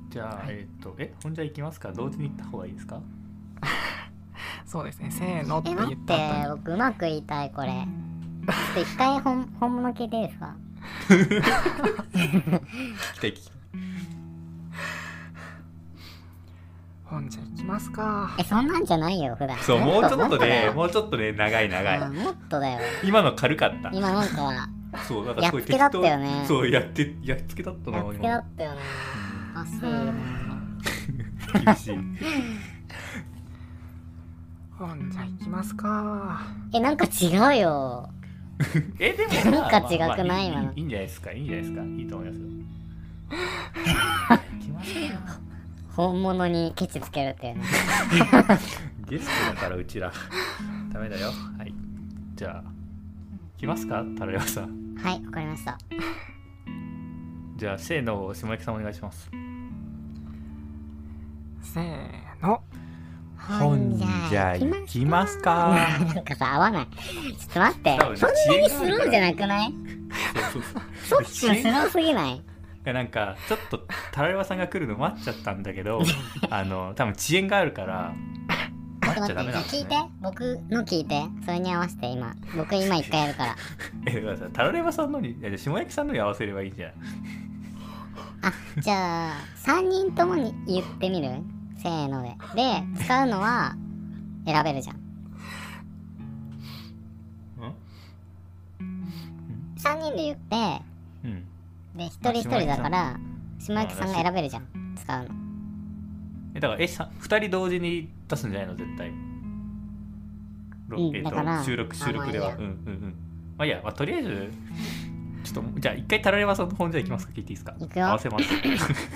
じゃあ、 はいほんじゃ行きますか？同時に行った方がいいですか？ そうですね、せーのって言っ待ってた後に。 僕うまく言いたいこれ。ちょっと一回本物聞いていいですか？ 来た行きほんじゃ行きますか。 そんなんじゃないよ普段。 そう、もうちょっとね、 ももうちょっとね、長い長い。 もっとだよ。 今の軽かった。 今なんかそう、なんかすごいやっつけだったよねそう、やっつけだったな、 やっつけだったよね。おかしいよね。 今。厳しい。 ほんじゃ行きますか。 なんか違うよ。 でもなんか違くない今のいいんじゃないですか、いいんじゃないですか、いいと思いますよ。行きましょうよ。 本物にケチつけるっていうね。 ゲストだからうちらダメだよ。はい、じゃあ来ますか、タラヤさん。 はいわかりました。 じゃあせーの、下焼さんお願いします。 せーの。 ほんじゃ行きますか。 なんかさ合わない。ちょっと待って、 多分ねそんなにスローじゃなくない？ そうそっちのスローすぎない？ いや、なんかちょっとタラヤさんが来るの待っちゃったんだけど多分遅延があるからちょっと待っちゃダメ待って、 なんですね。 聞いて、僕の聞いて、それに合わせて僕今一回やるから。 だからさ、タラレバさんのに、下焼さんのに合わせればいいじゃん。 じゃあ3人ともに言ってみる？せーので使うのは選べるじゃん。3人で言ってうん。 で一人一人だから下焼さんが選べるじゃん、使うの。 だから2人同時に出すんじゃないの絶対。 だから収録では。 まあいいやまあいいや、とりあえずちょっとじゃあ一回タラレバさんの本じゃいきますか。聞いていいですか？ いくよ合わせます。 せー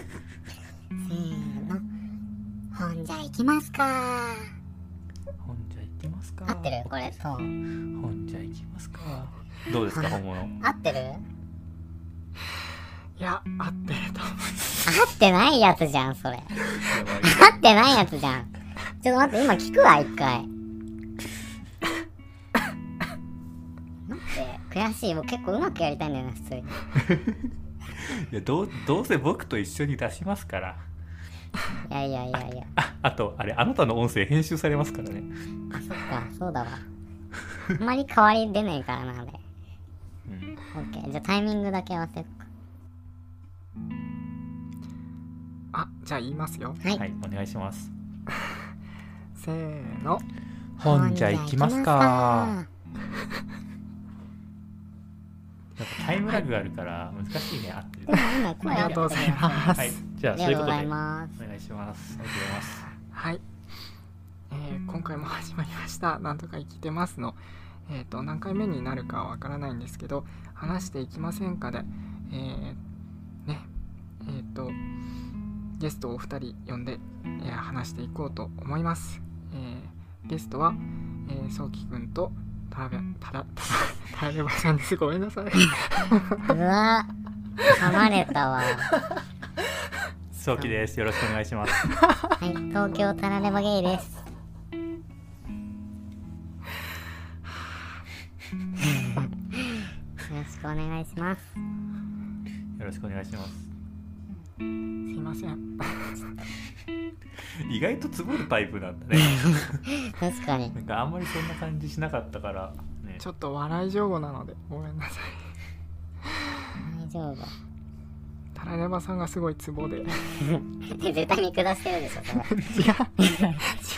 の、ほんじゃ行きますか。 本じゃいきますか。 合ってるこれ？そう本じゃいきますか。どうですか、本物。 合ってる？ いや、合ってると思う。 合ってないやつじゃんそれ。 やばい合ってないやつじゃん。ちょっと待って、今聞くわ一回。待って、悔しい。僕結構うまくやりたいんだよね普通に。 いや、どうせ僕と一緒に出しますから。 いや。 あとあれ、あなたの音声編集されますからね。 あ、そっか、そうだわ。あんまり変わり出ないからな、あれ。オッケー、じゃあタイミングだけ合わせるか。 あ、じゃあ言いますよ。 はい。 はい、お願いします。 せーの。 本じゃ行きますか。やっぱタイムラグがあるから難しいね、合ってる。 でも今声合ってる。 ありがとうございます。 はい、じゃああそういうことでりがとうございます。 お願いします。ありがとうございます。 はい、今回も始まりましたなんとか生きてますの、何回目になるかはわからないんですけど、話していきませんかで、ゲストをお二人呼んで、話していこうと思います。ゲストは、そうきくんとタラレバさんです。ごめんなさい。 うわ、噛まれたわ。 そうきです。よろしくお願いします。 はい、東京タラレバゲイです。よろしくお願いします。 よろしくお願いします。 すいません。 意外とつぼるタイプなんだね。 確かに。 なんかあんまりそんな感じしなかったからね。 ちょっと笑い上手なのでごめんなさい。 大丈夫。 タラレバさんがすごいツボで。 絶対見下してるでしょ、それ。 違う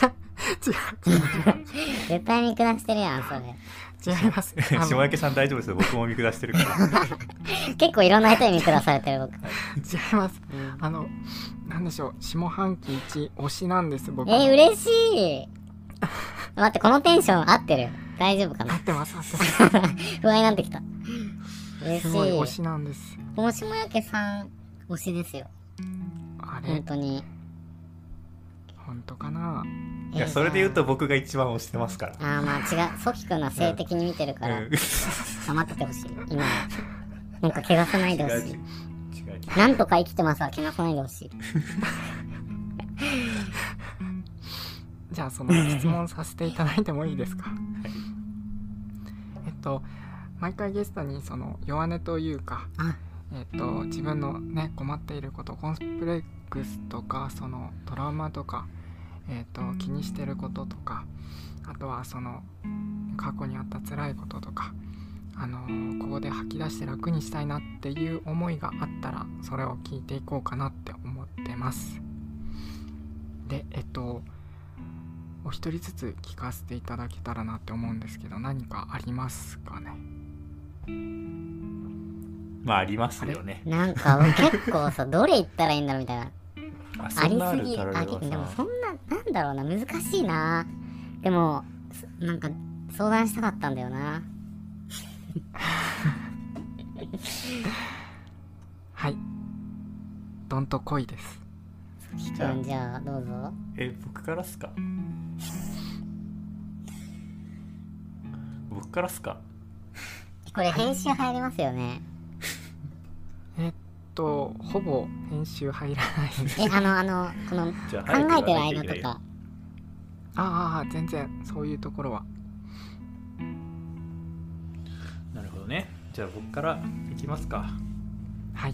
絶対見下してるやん、それ。 違います。 下焼さん大丈夫ですよ。僕も見下してるから。 結構いろんな人に見下されてる、僕。 違います。なんでしょう、下半期一推しなんです、僕。 嬉しい。待って、このテンション合ってる？大丈夫かな？ 合ってます、合ってます。 不安になってきた。嬉しい。 すごい推しなんです。 大島焼さん推しですよ。 あれ本当に。 本当かな。 いや、それで言うと僕が一番推してますから。 まあ違う、ソキ君は性的に見てるから、黙っててほしい。今はなんか怪我さないでほしい。 違う。 なんとか生きてますわ、怪我さないでほしい。 じゃあその質問させていただいてもいいですか？毎回ゲストにその弱音というか、自分のね困っていること、コンプレックスとかそのトラウマとか、気にしてることとか、あとはその過去にあった辛いこととか、ここで吐き出して楽にしたいなっていう思いがあったら、それを聞いていこうかなって思ってます。でお一人ずつ聞かせていただけたらなって思うんですけど、何かありますかね？ まあありますよね。 なんか結構さどれ言ったらいいんだろうみたいな。 あありそんなあるすぎ、 タラレバさん。 でもそんな、なんだろうな、難しいな。でもなんか相談したかったんだよな。 はい、どんと来いです。 じゃあどうぞ。 僕からっすか？僕からっすか？ これ編集入りますよね？ ほぼ編集入らないです。 このじゃあ考えてる早く言わなきゃいけない間とか。 ああ、全然そういうところは。 なるほどね。じゃあ僕からいきますか。 はい。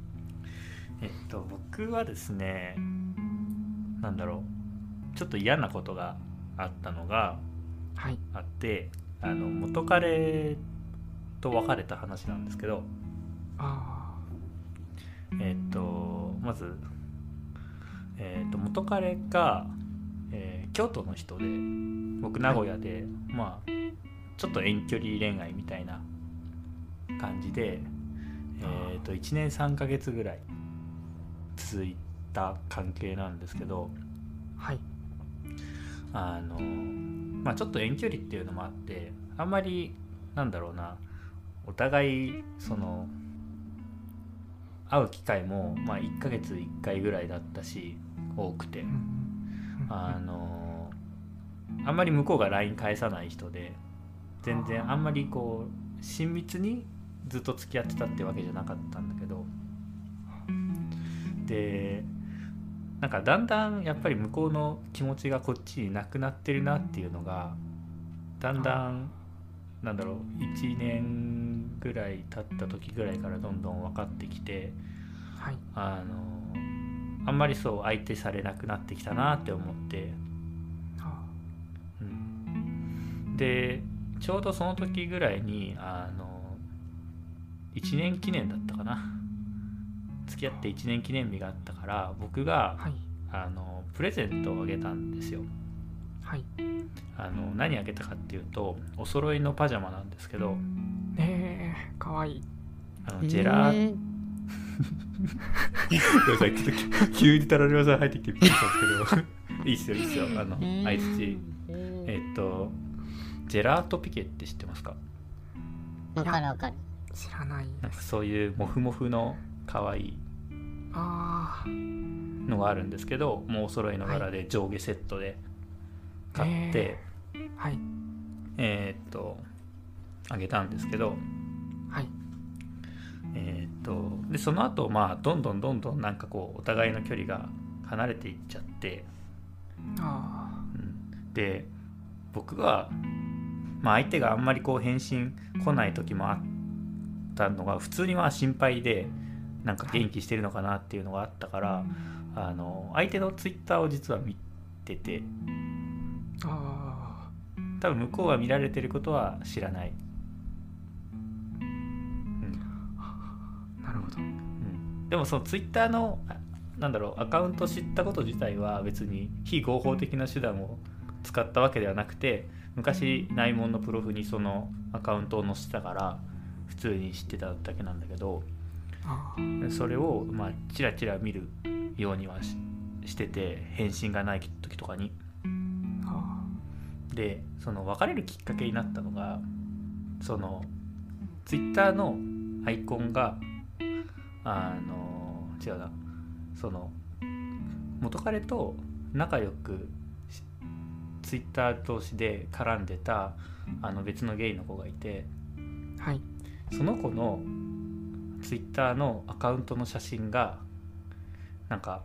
僕はですね、なんだろう、ちょっと嫌なことがあったのがはい。 あって、元彼と別れた話なんですけど、 あまず、元彼が、京都の人で、僕名古屋で、まあちょっと遠距離恋愛みたいな感じで、1年3ヶ月ぐらい続いた関係なんですけど、 あ、はい。 まあちょっと遠距離っていうのもあって、あんまりなんだろうな、お互いその会う機会もまあ1ヶ月1回ぐらいだったし、多くて、あんまり向こうが LINE 返さない人で、全然あんまりこう親密にずっと付き合ってたってわけじゃなかったんだけど、でなんかだんだんやっぱり向こうの気持ちがこっちになくなってるなっていうのがだんだん、なんだろう、1年ぐらい経った時ぐらいからどんどん分かってきて、 はい。 あんまりそう相手されなくなってきたなって思って、 あでちょうどその時ぐらいに1年記念だったかな、付き合って1年記念日があったから、僕がはい。 プレゼントをあげたんですよ。 はい。 何あげたかっていうと、お揃いのパジャマなんですけど、 かわいい。 ジェラーごめんなさい、ちょっと急にタラレバさん入ってきてびっくりしたんですけどいいっすよいいっすよ、相づち。ジェラートピケって知ってますか？ わかるわかる。 知らないなんかです。 そういうモフモフの可愛いあのがあるんですけど、もうお揃いの柄で上下セットで買って、 あ、はい。 あげたんですけど、 はい。 でその後まあどんどんなんかこうお互いの距離が離れていっちゃって、 あで僕は、まあ、相手があんまりこう返信来ない時もあったのが普通にまあ心配で、なんか元気してるのかなっていうのがあったから、相手のツイッターを実は見てて、 あ、 多分向こうは見られてることは知らない、 なるほど。 でもそのツイッターのなんだろう、アカウント知ったこと自体は別に非合法的な手段を使ったわけではなくて、昔内門のプロフにそのアカウントを載せてたから普通に知ってただけなんだけど、それをまあチラチラ見るようにはしてて、返信がない時とかに。でその別れるきっかけになったのが、そのツイッターのアイコンが違うな、その元彼と仲良くツイッター同士で絡んでた別のゲイの子がいて、 はい。 その子のツイッターのアカウントの写真がなんか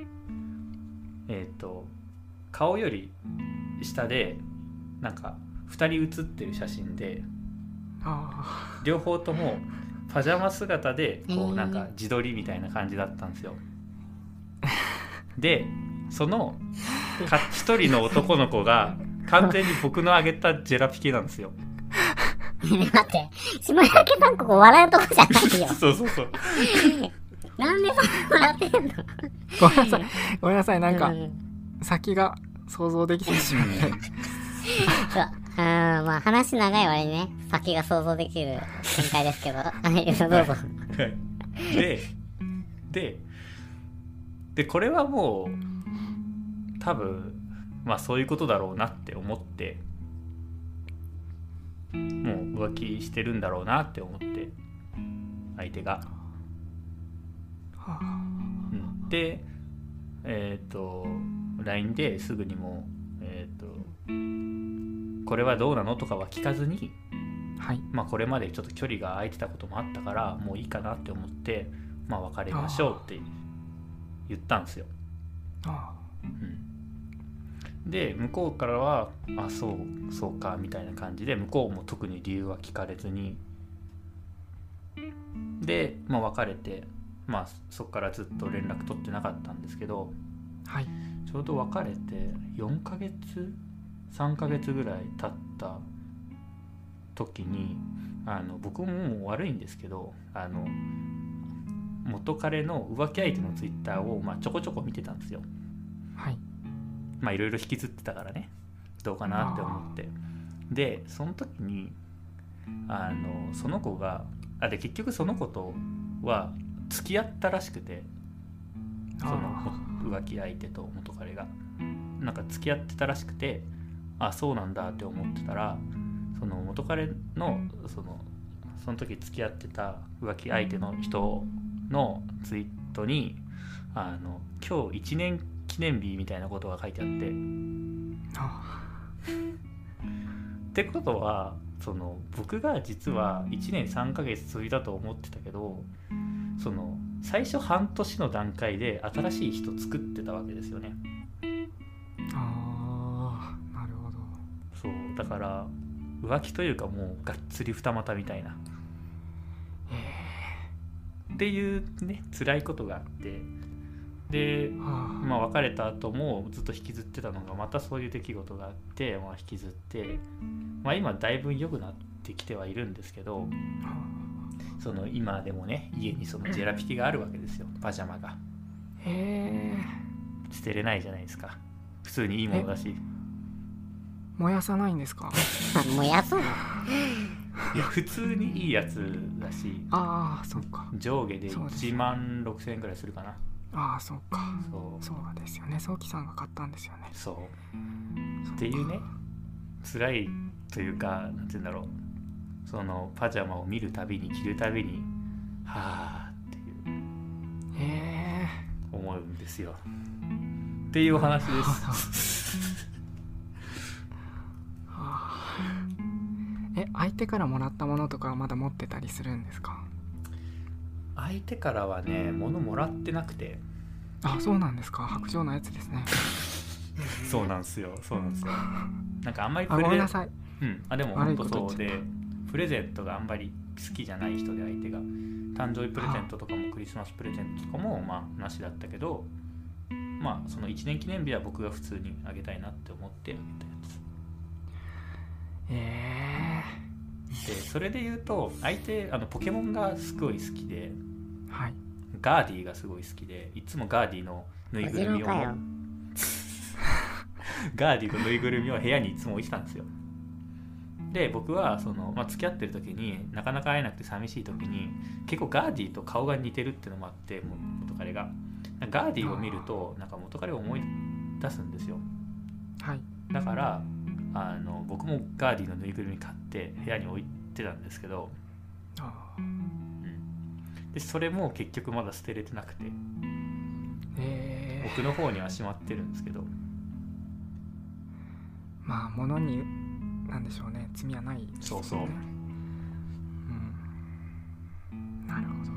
顔より下でなんか2人写ってる写真で、両方ともパジャマ姿でこうなんか自撮りみたいな感じだったんですよ。 でその一人の男の子が完全に僕のあげたジェラピケなんですよ。 待って、下焼さんここ笑うとこじゃないよ。 そうそうそう。 なんでそんな笑ってんの。 ごめんなさいごめんなさい、なんかうん先が想像できてしまってそうまあ話長い割にね、先が想像できる展開ですけど、はい、どうぞ。 でこれはもう多分まあそういうことだろうなって思って、もう浮気してるんだろうなって思って、相手が、でLINE ですぐにもこれはどうなのとかは聞かずに、 はい、 まあこれまでちょっと距離が空いてたこともあったからもういいかなって思って、まあ別れましょうって言ったんですよ。で向こうからはそうかみたいな感じで、向こうも特に理由は聞かれずに、でまあ別れて、まあそこからずっと連絡取ってなかったんですけど、 はい、 ちょうど別れて4ヶ月3ヶ月ぐらい経った時に僕ももう悪いんですけど、元彼の浮気相手のツイッターをまあちょこちょこ見てたんですよ。 はい、 まあいろいろ引きずってたからね、どうかなって思って、でその時にその子がで結局その子とは付き合ったらしくて、その浮気相手と元彼がなんか付き合ってたらしくて、そうなんだって思ってたら、その元彼のその時付き合ってた浮気相手の人のツイートに今日1年記念日みたいなことが書いてあって、ってことはその僕が実は1年3ヶ月続いたと思ってたけど、その最初半年の段階で新しい人作ってたわけですよね。 なるほど。 そうだから浮気というかもうがっつり二股みたいな、っていうね辛いことがあって、で、まあ別れた後もずっと引きずってたのがまたそういう出来事があって、まあ、引きずって、まあ今だいぶ良くなってきてはいるんですけど、その今でもね家にそのジェラピケがあるわけですよ、パジャマが。捨てれないじゃないですか、普通にいいものだし。 燃やさないんですか？ 燃やそう。 いや普通にいいやつだし、 そうか、 上下で1万6000円くらいするかな。 そうか、そうですよね、早期さんが買ったんですよね。 そうっていうね、辛いというか、なんて言うんだろう、そのパジャマを見るたびに着るたびにはぁっていう思うんですよっていうお話です。 相手からもらったものとかはまだ持ってたりするんですか？ 相手からはね物もらってなくて。 そうなんですか。白状のやつですね。 そうなんですよ。なんかあんまりごめんなさい。 でも本当そうで、プレゼントがあんまり好きじゃない人で、相手が誕生日プレゼントとかもクリスマスプレゼントとかもまあなしだったけど、まあその1年記念日は僕が普通にあげたいなって思ってあげたやつ。でそれで言うと相手ポケモンがすごい好きで、ガーディがすごい好きで、いつもガーディのぬいぐるみをガーディのぬいぐるみを部屋にいつも置いてたんですよ。で僕はその、付き合ってる時になかなか会えなくて寂しい時に結構ガーディと顔が似てるっていうのもあって、元彼がガーディを見るとなんか元彼を思い出すんですよ。だから僕もガーディのぬいぐるみ買って部屋に置いてたんですけど、でそれも結局まだ捨てれてなくて、僕の方にはしまってるんですけど、 まあ物になんでしょうね、罪はないですよね。なるほど。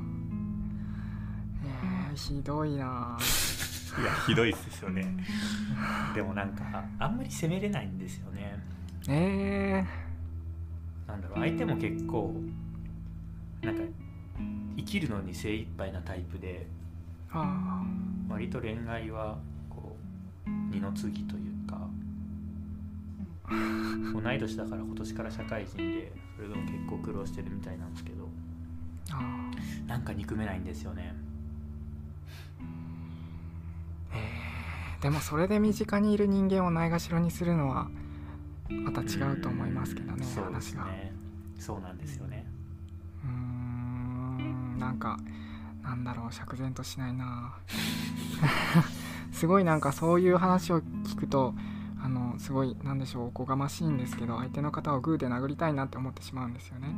ひどいな。 いやひどいですよね。でもなんかあんまり責めれないんですよね。なんだろう、相手も結構なんか生きるのに精一杯なタイプで、 あ割と恋愛はこう二の次というか、同い年だから今年から社会人で、それでも結構苦労してるみたいなんですけど、なんか憎めないんですよね。 でもそれで身近にいる人間をないがしろにするのはまた違うと思いますけどね、 そうです話が。 ね。そうなんですよね。 なんかなんだろう、釈然としないなすごいなんかそういう話を聞くとすごいなんでしょう、おこがましいんですけど、相手の方をグーで殴りたいなって思ってしまうんですよね。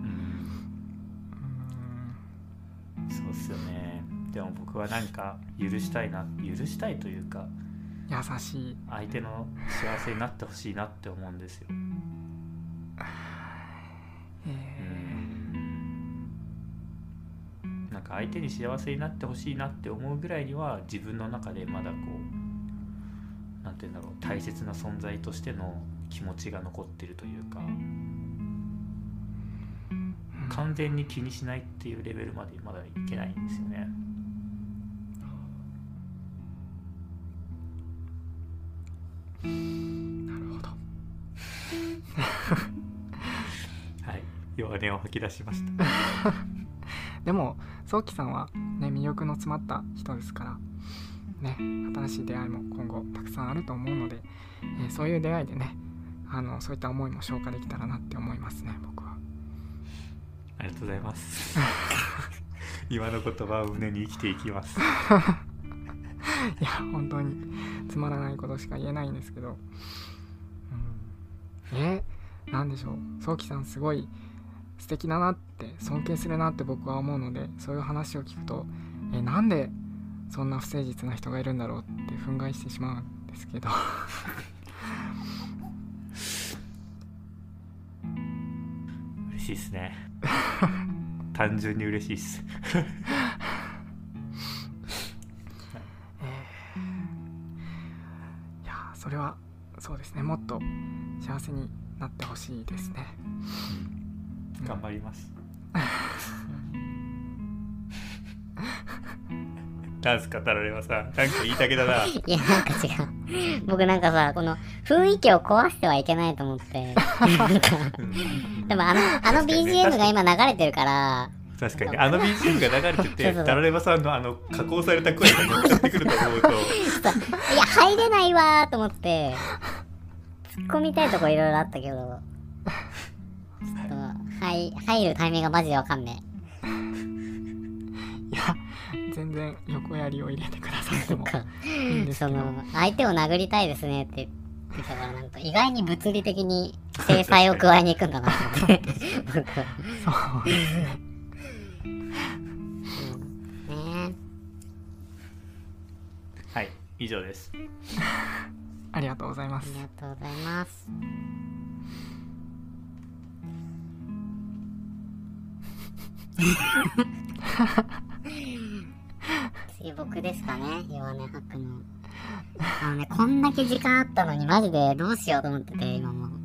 そうっすよね。でも僕はなんか許したいというか、 優しい相手の幸せになってほしいなって思うんですよ。なんか相手に幸せになってほしいなって思うぐらいには、自分の中でまだこう、なんていうんだろう、大切な存在としての気持ちが残ってるというか、完全に気にしないっていうレベルまでまだいけないんですよね。 なるほどはい、弱音を吐き出しましたでもそうきさんはね、魅力の詰まった人ですからね、新しい出会いも今後たくさんあると思うので、そういう出会いでね、そういった思いも消化できたらなって思いますね、僕は。 ありがとうございます今の言葉を胸に生きていきますいや本当につまらないことしか言えないんですけど、なんでしょう、そうきさんすごい素敵だなって尊敬するなって僕は思うので、そういう話を聞くとなんでそんな不誠実な人がいるんだろうって憤慨してしまうんですけど嬉しいっすね単純に嬉しいっすいやそれはそうですね、もっと幸せになってほしいですね。 頑張りますなんすかタラレバさん、なんか言いたげだな。 いやなんか違う、僕なんかさ、この雰囲気を壊してはいけないと思ってなんかでもあの BGM が今流れてるから、 確かにあの BGM が流れてて、 そうタラレバさんの加工された声が乗っかってくると思うといや入れないわーと思って突っ込みたいとこいろいろあったけど、ちょっと入るタイミングがマジでわかんねいや全然横槍を入れてくださってもいいんえ。 ですけど、 相手を殴りたいですねって言ってたから、なんか意外に物理的に制裁を加えに行くんだなと思って僕はそうですね。 ねはい以上です。 ありがとうございまあす。 りがとうございます。次僕ですかね、弱音吐くの。こんだけ時間あったのにマジでどうしようと思ってて、今も。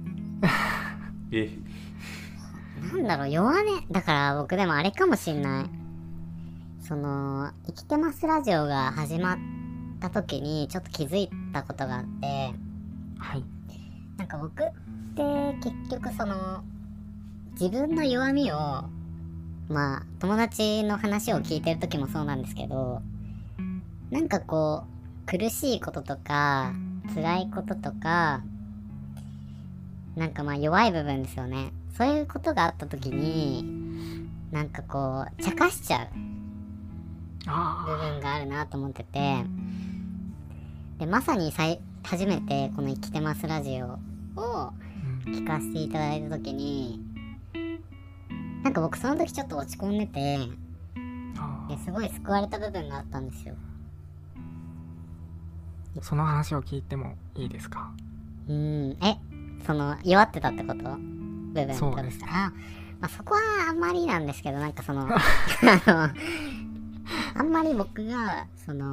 なんだろう、弱音だから僕でもあれかもしんない。生きてますラジオが始まった時にちょっと気づいたことがあって、 はい。 なんか僕って結局自分の弱みを友達の話を聞いてる時もそうなんですけど、なんかこう苦しいこととか辛いこととか、なんか弱い部分ですよね。そういうことがあった時になんかこう茶化しちゃう部分があるなと思ってて、でまさに初めてこの生きてますラジオを聞かせていただいた時に、なんか僕その時ちょっと落ち込んでて、ですごい救われた部分があったんですよ。 その話を聞いてもいいですか？ 弱ってたってこと？部分ってことですか？そこはあんまりなんですけど、なんかあんまり僕が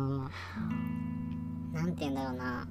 なんて言うんだろうな、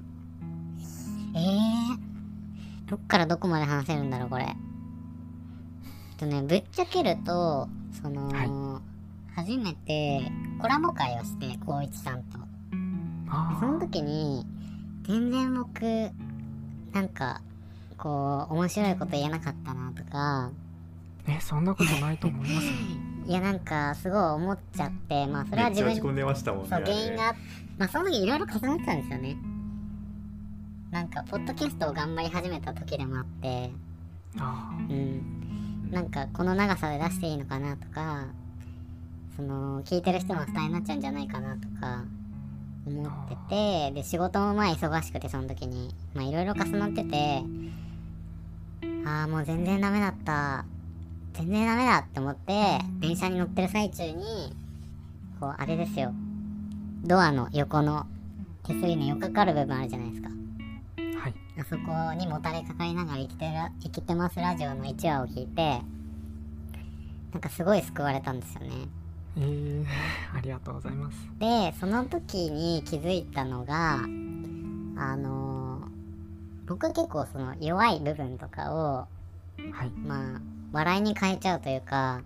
どっからどこまで話せるんだろうこれ。ぶっちゃけると初めてコラボ会をして光一さんと。 あその時に全然僕なんかこう面白いこと言えなかったなとか、 そんなことないと思いますよいやなんかすごい思っちゃって、まあそれは自分めっちゃ落ち込んでましたもんね。 そう原因が、まあその時いろいろ重なってたんですよね。なんかポッドキャストを頑張り始めた時でもあって、なんかこの長さで出していいのかなとか、その聞いてる人の負担になっちゃうんじゃないかなとか思ってて、で仕事もまあ忙しくて、その時にまあいろいろ重なってて、もう全然ダメだって思って、電車に乗ってる最中にこうあれですよ、ドアの横の手すりの横かかる部分あるじゃないですか。 はい。 あそこにもたれかかりながら生きてますラジオの1話を聞いて、なんかすごい救われたんですよね。 ありがとうございます。 でその時に気づいたのが、僕結構その弱い部分とかをはい。 まあ笑いに変えちゃうというか、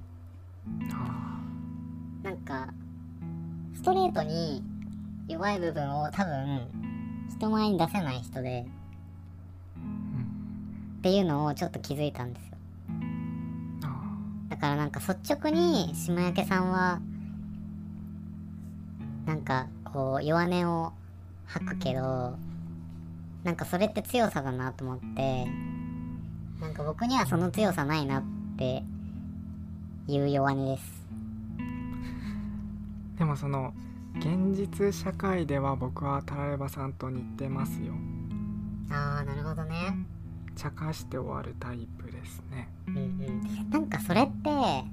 なんかストレートに弱い部分を多分人前に出せない人で、っていうのをちょっと気づいたんですよ。だからなんか率直に下焼さんはなんかこう弱音を吐くけど、なんかそれって強さだなと思って、なんか僕にはその強さないなっていう弱音です。 でもその現実社会では僕はタラレバさんと似てますよ。 なるほどね。 茶化して終わるタイプですね。 なんかそれって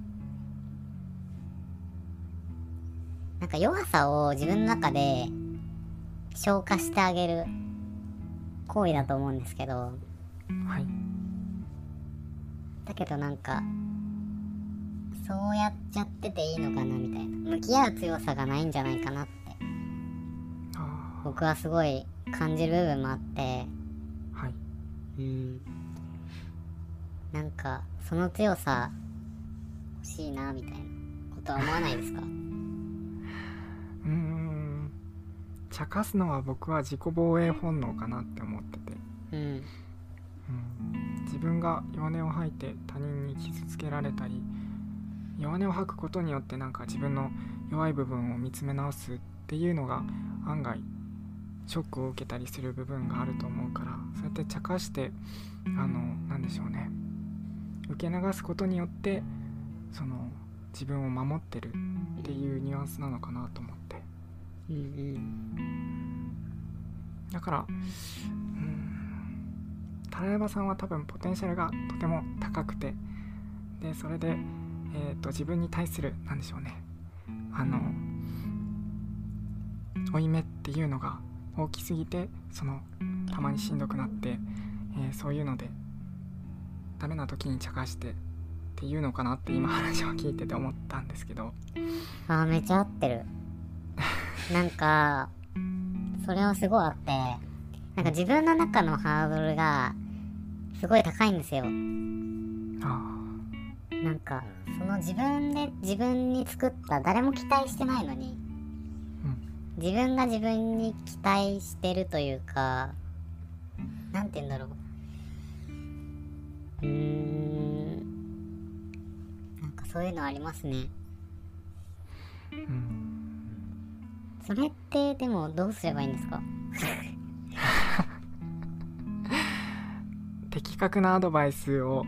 なんか弱さを自分の中で消化してあげる行為だと思うんですけど、 はい。 だけどなんかそうやっちゃってていいのかなみたいな、向き合う強さがないんじゃないかなって僕はすごい感じる部分もあって、 はい。 なんかその強さ欲しいなみたいなことは思わないですか？ 茶化すのは僕は自己防衛本能かなって思ってて、自分が弱音を吐いて他人に傷つけられたり、弱音を吐くことによってなんか自分の弱い部分を見つめ直すっていうのが案外ショックを受けたりする部分があると思うから、そうやって茶化してなんでしょうね、受け流すことによってその自分を守ってるっていうニュアンスなのかなと思って、だからタラヤバさんは多分ポテンシャルがとても高くて、でそれで、自分に対するなんでしょうね、負い目っていうのが大きすぎて、そのたまにしんどくなって、そういうのでダメな時に茶化してっていうのかなって今話を聞いてて思ったんですけど、 めちゃ合ってるなんかそれはすごいあって、なんか自分の中のハードルがすごい高いんですよ。なんかその自分で自分に作った、誰も期待してないのに、自分が自分に期待してるというか、なんて言うんだろう、なんかそういうのありますね。それってでもどうすればいいんですか？ 的確なアドバイスを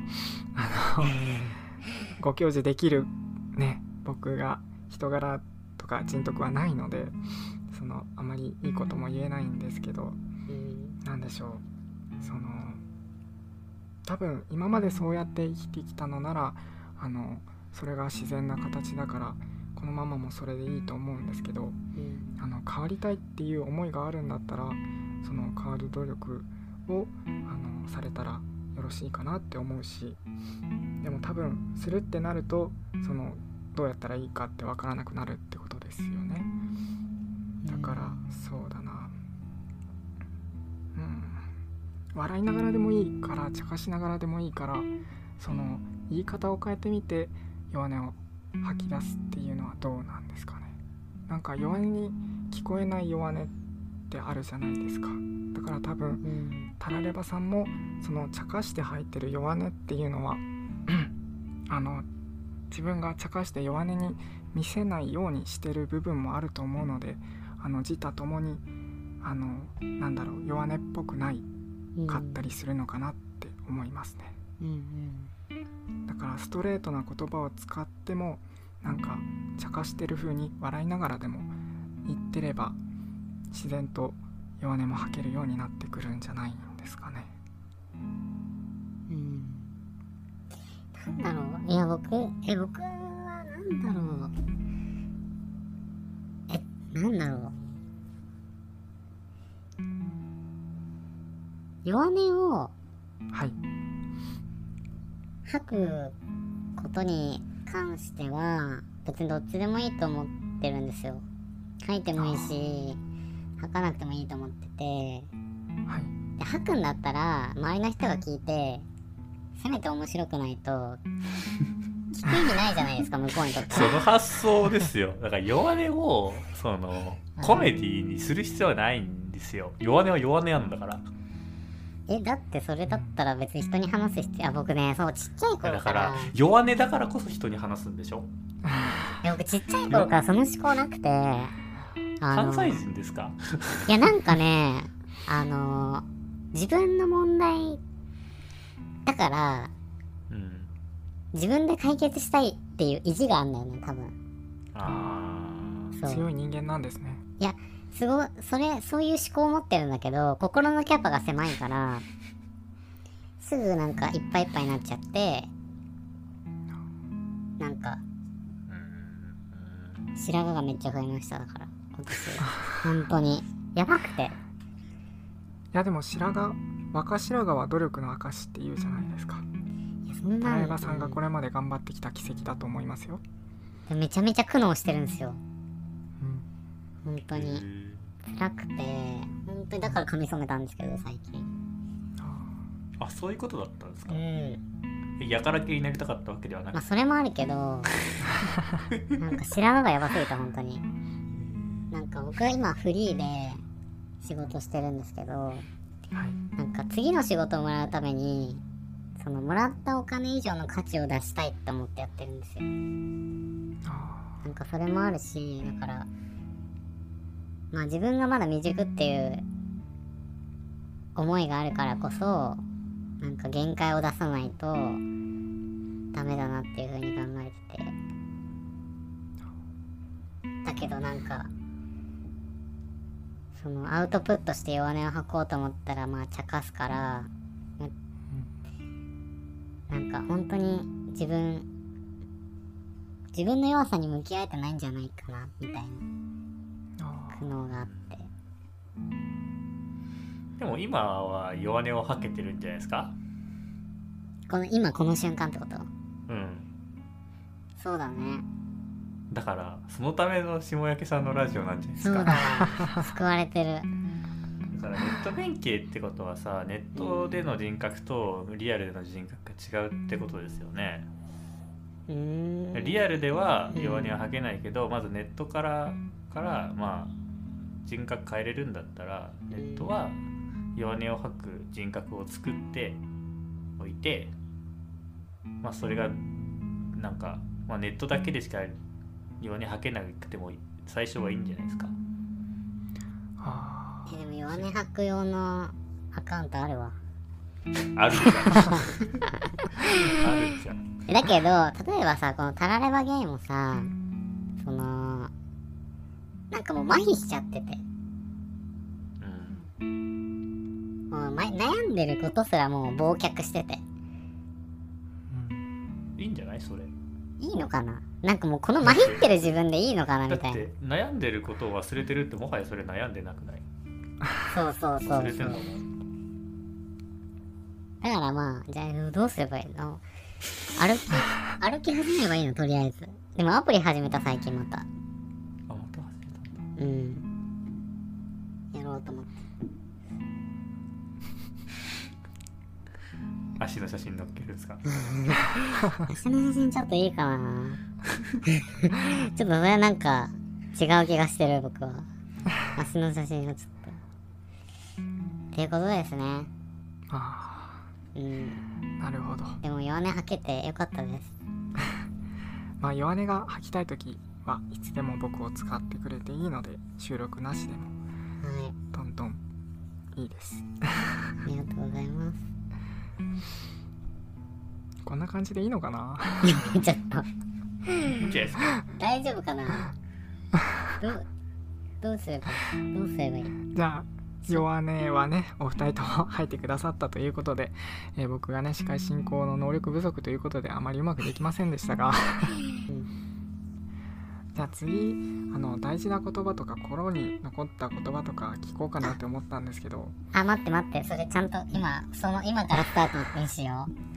ご教授できるね、僕が人柄とか人徳はないので、そのあまりいいことも言えないんですけど、なんでしょう、その多分今までそうやって生きてきたのならそれが自然な形だからこのままもそれでいいと思うんですけど、変わりたいっていう思いがあるんだったら、その変わる努力をされたらよろしいかなって思うし、でも多分するってなると、そのどうやったらいいかって分からなくなるってことですよね。だからそうだな、笑いながらでもいいから、茶化しながらでもいいから、その言い方を変えてみて弱音を吐き出すっていうのはどうなんですかね。 なんか弱音に聞こえない弱音ってあるじゃないですか。だから多分タラレバさんもその茶化して吐いてる弱音っていうのは自分が茶化して弱音に見せないようにしてる部分もあると思うので、自他ともに弱音っぽくないかったりするのかなって思いますね。だからストレートな言葉を使ってもなんか茶化してる風に笑いながらでも言ってれば自然と弱音も吐けるようになってくるんじゃないんですかね。 なんだろう、いや僕はなんだろう、弱音を吐くことに関しては別にどっちでもいいと思ってるんですよ。吐いてもいいし吐かなくてもいいと思ってて、で吐くんだったら周りの人が聞いてせめて面白くないと聞く意味ないじゃないですか、向こうにとってその発想ですよ。だから弱音をコメディにする必要はないんですよ。弱音は弱音なんだから。 だってそれだったら別に人に話す必要、僕ね、そうちっちゃい頃からだから弱音だからこそ人に話すんでしょ。 僕ちっちゃい頃からその思考なくて、 関西人ですか？ いやなんかね、自分の問題だから、自分で解決したいっていう意地があるんだよね、多分。 強い人間なんですね。 いやそういう思考を持ってるんだけど、心のキャパが狭いからすぐなんかいっぱいいっぱいになっちゃって、なんか白髪がめっちゃ増えました。だから今年本当にやばくて。いやでも若白髪は努力の証って言うじゃないですか。タラレバさんがこれまで頑張ってきた奇跡だと思いますよ。 めちゃめちゃ苦悩してるんですよ、本当に辛くて、本当にだから髪染めたんですけど最近。 そういうことだったんですか？やから系になりたかったわけではなくて、 それもあるけどなんか白髪がやばすぎた本当に。なんか僕は今フリーで仕事してるんですけど、なんか次の仕事をもらうためにもらったお金以上の価値を出したいって思ってやってるんですよ。なんかそれもあるし、だから自分がまだ未熟っていう思いがあるからこそ、なんか限界を出さないとダメだなっていう風に考えてて、だけどなんかアウトプットして弱音を吐こうと思ったら茶化すから、なんか本当に自分の弱さに向き合えてないんじゃないかなみたいな苦悩があって。 でも今は弱音を吐けてるんじゃないですか？ 今この瞬間ってこと？そうだね。 だからそのための下焼さんのラジオなんじゃないですか。 そうだわ救われてる。 だからネット弁慶ってことはさ、ネットでの人格とリアルでの人格が違うってことですよね。リアルでは弱音は吐けないけど、まずネットから人格変えれるんだったら、ネットは弱音を吐く人格を作っておいて、それがなんか、ネットだけでしか弱音吐けなくても最初はいいんじゃないですか。 でも弱音吐く用のアカウントあるわ。 あるじゃんあるじゃん。 だけど例えばさ、このタラレバゲームもさ、なんかもう麻痺しちゃってて、もう悩んでることすらもう忘却してて、 いいんじゃないそれ。 いいのかな、なんかもうこの麻痺ってる自分でいいのかなみたいな。 だって悩んでることを忘れてるって、もはやそれ悩んでなくない？ そう忘れてんのも。 だからじゃあどうすればいいの？歩き始めればいいの、とりあえず。でもアプリ始めた最近また。 また始めたんだ。 やろうと思って。 足の写真載っけるんですか？ 足の写真ちょっといいかなちょっとそれなんか違う気がしてる僕は。足の写真をちょっとっていうことですね。 あうんあ、なるほど。 でも弱音吐けてよかったです。 まあ弱音が吐きたいときはいつでも僕を使ってくれていいので、収録なしでもはいどんどんいいです。 ありがとうございます。 こんな感じでいいのかな。 ちょっといいんじゃないですか。 大丈夫かな。どうすればいい。 じゃあ弱音はねお二人とも吐いてくださったということで、僕がね司会進行の能力不足ということであまりうまくできませんでしたがじゃあ次大事な言葉とか心に残った言葉とか聞こうかなって思ったんですけど。 あ、待ってそれちゃんと今からスタートにしよう。